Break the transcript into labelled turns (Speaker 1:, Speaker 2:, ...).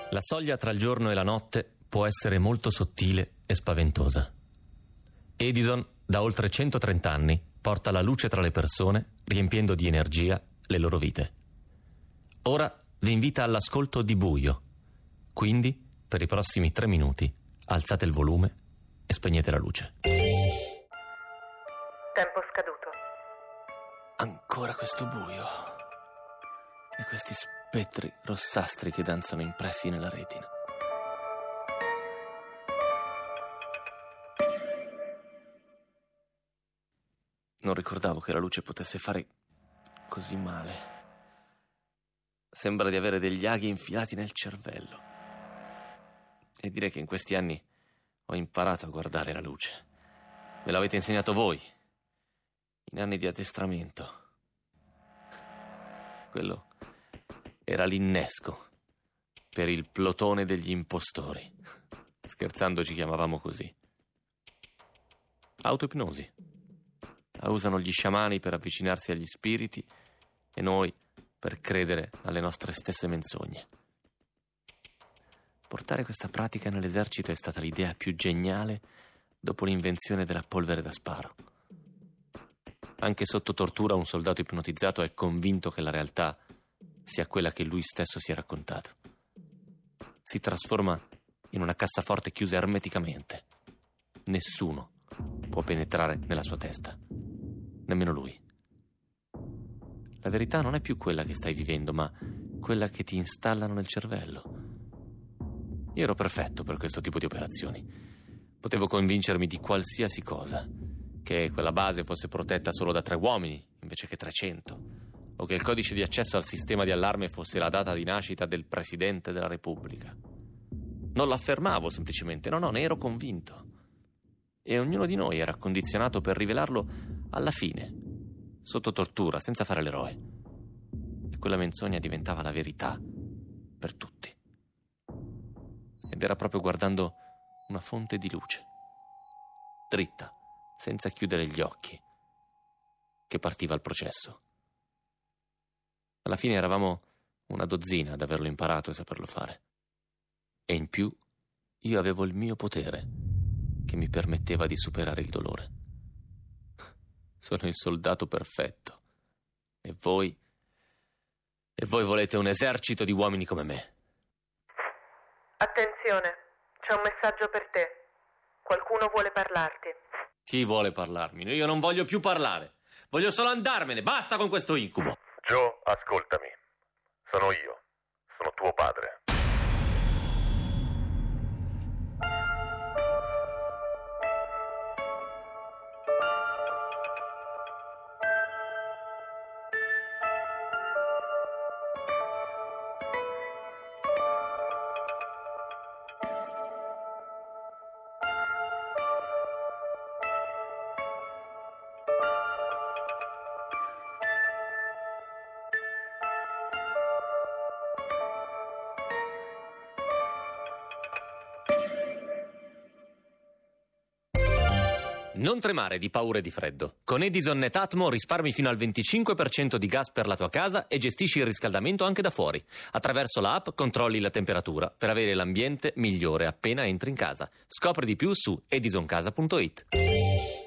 Speaker 1: La soglia tra il giorno e la notte può essere molto sottile e spaventosa. Edison, da oltre 130 anni, porta la luce tra le persone, riempiendo di energia le loro vite. Ora vi invita all'ascolto di Buio. Quindi, per i prossimi 3 minuti, alzate il volume e spegnete la luce.
Speaker 2: Tempo scaduto.
Speaker 1: Ancora questo buio. E questi spettri rossastri che danzano impressi nella retina. Non ricordavo che la luce potesse fare così male. Sembra di avere degli aghi infilati nel cervello. E direi che in questi anni ho imparato a guardare la luce. Me l'avete insegnato voi, in anni di addestramento. Quello era l'innesco per il plotone degli impostori. Scherzando ci chiamavamo così. Autoipnosi. La usano gli sciamani per avvicinarsi agli spiriti e noi per credere alle nostre stesse menzogne. Portare questa pratica nell'esercito è stata l'idea più geniale dopo l'invenzione della polvere da sparo. Anche sotto tortura un soldato ipnotizzato è convinto che la realtà sia quella che lui stesso si è raccontato. Si trasforma in una cassaforte chiusa ermeticamente. Nessuno può penetrare nella sua testa, nemmeno lui. La verità non è più quella che stai vivendo, ma quella che ti installano nel cervello. Io ero perfetto per questo tipo di operazioni. Potevo convincermi di qualsiasi cosa, che quella base fosse protetta solo da 3 uomini invece che 300, o che il codice di accesso al sistema di allarme fosse la data di nascita del Presidente della Repubblica. Non l'affermavo semplicemente, no, ne ero convinto. E ognuno di noi era condizionato per rivelarlo alla fine, sotto tortura, senza fare l'eroe. E quella menzogna diventava la verità per tutti. Ed era proprio guardando una fonte di luce, dritta, senza chiudere gli occhi, che partiva il processo. Alla fine eravamo una dozzina ad averlo imparato e saperlo fare. E in più io avevo il mio potere, che mi permetteva di superare il dolore. Sono il soldato perfetto. E voi volete un esercito di uomini come me.
Speaker 2: Attenzione, c'è un messaggio per te. Qualcuno vuole parlarti.
Speaker 1: Chi vuole parlarmi? Io non voglio più parlare. Voglio solo andarmene. Basta con questo incubo.
Speaker 3: Joe, ascoltami. Sono io. Sono tuo padre.
Speaker 1: Non tremare di paura e di freddo. Con Edison Netatmo risparmi fino al 25% di gas per la tua casa e gestisci il riscaldamento anche da fuori. Attraverso la app controlli la temperatura per avere l'ambiente migliore appena entri in casa. Scopri di più su edisoncasa.it.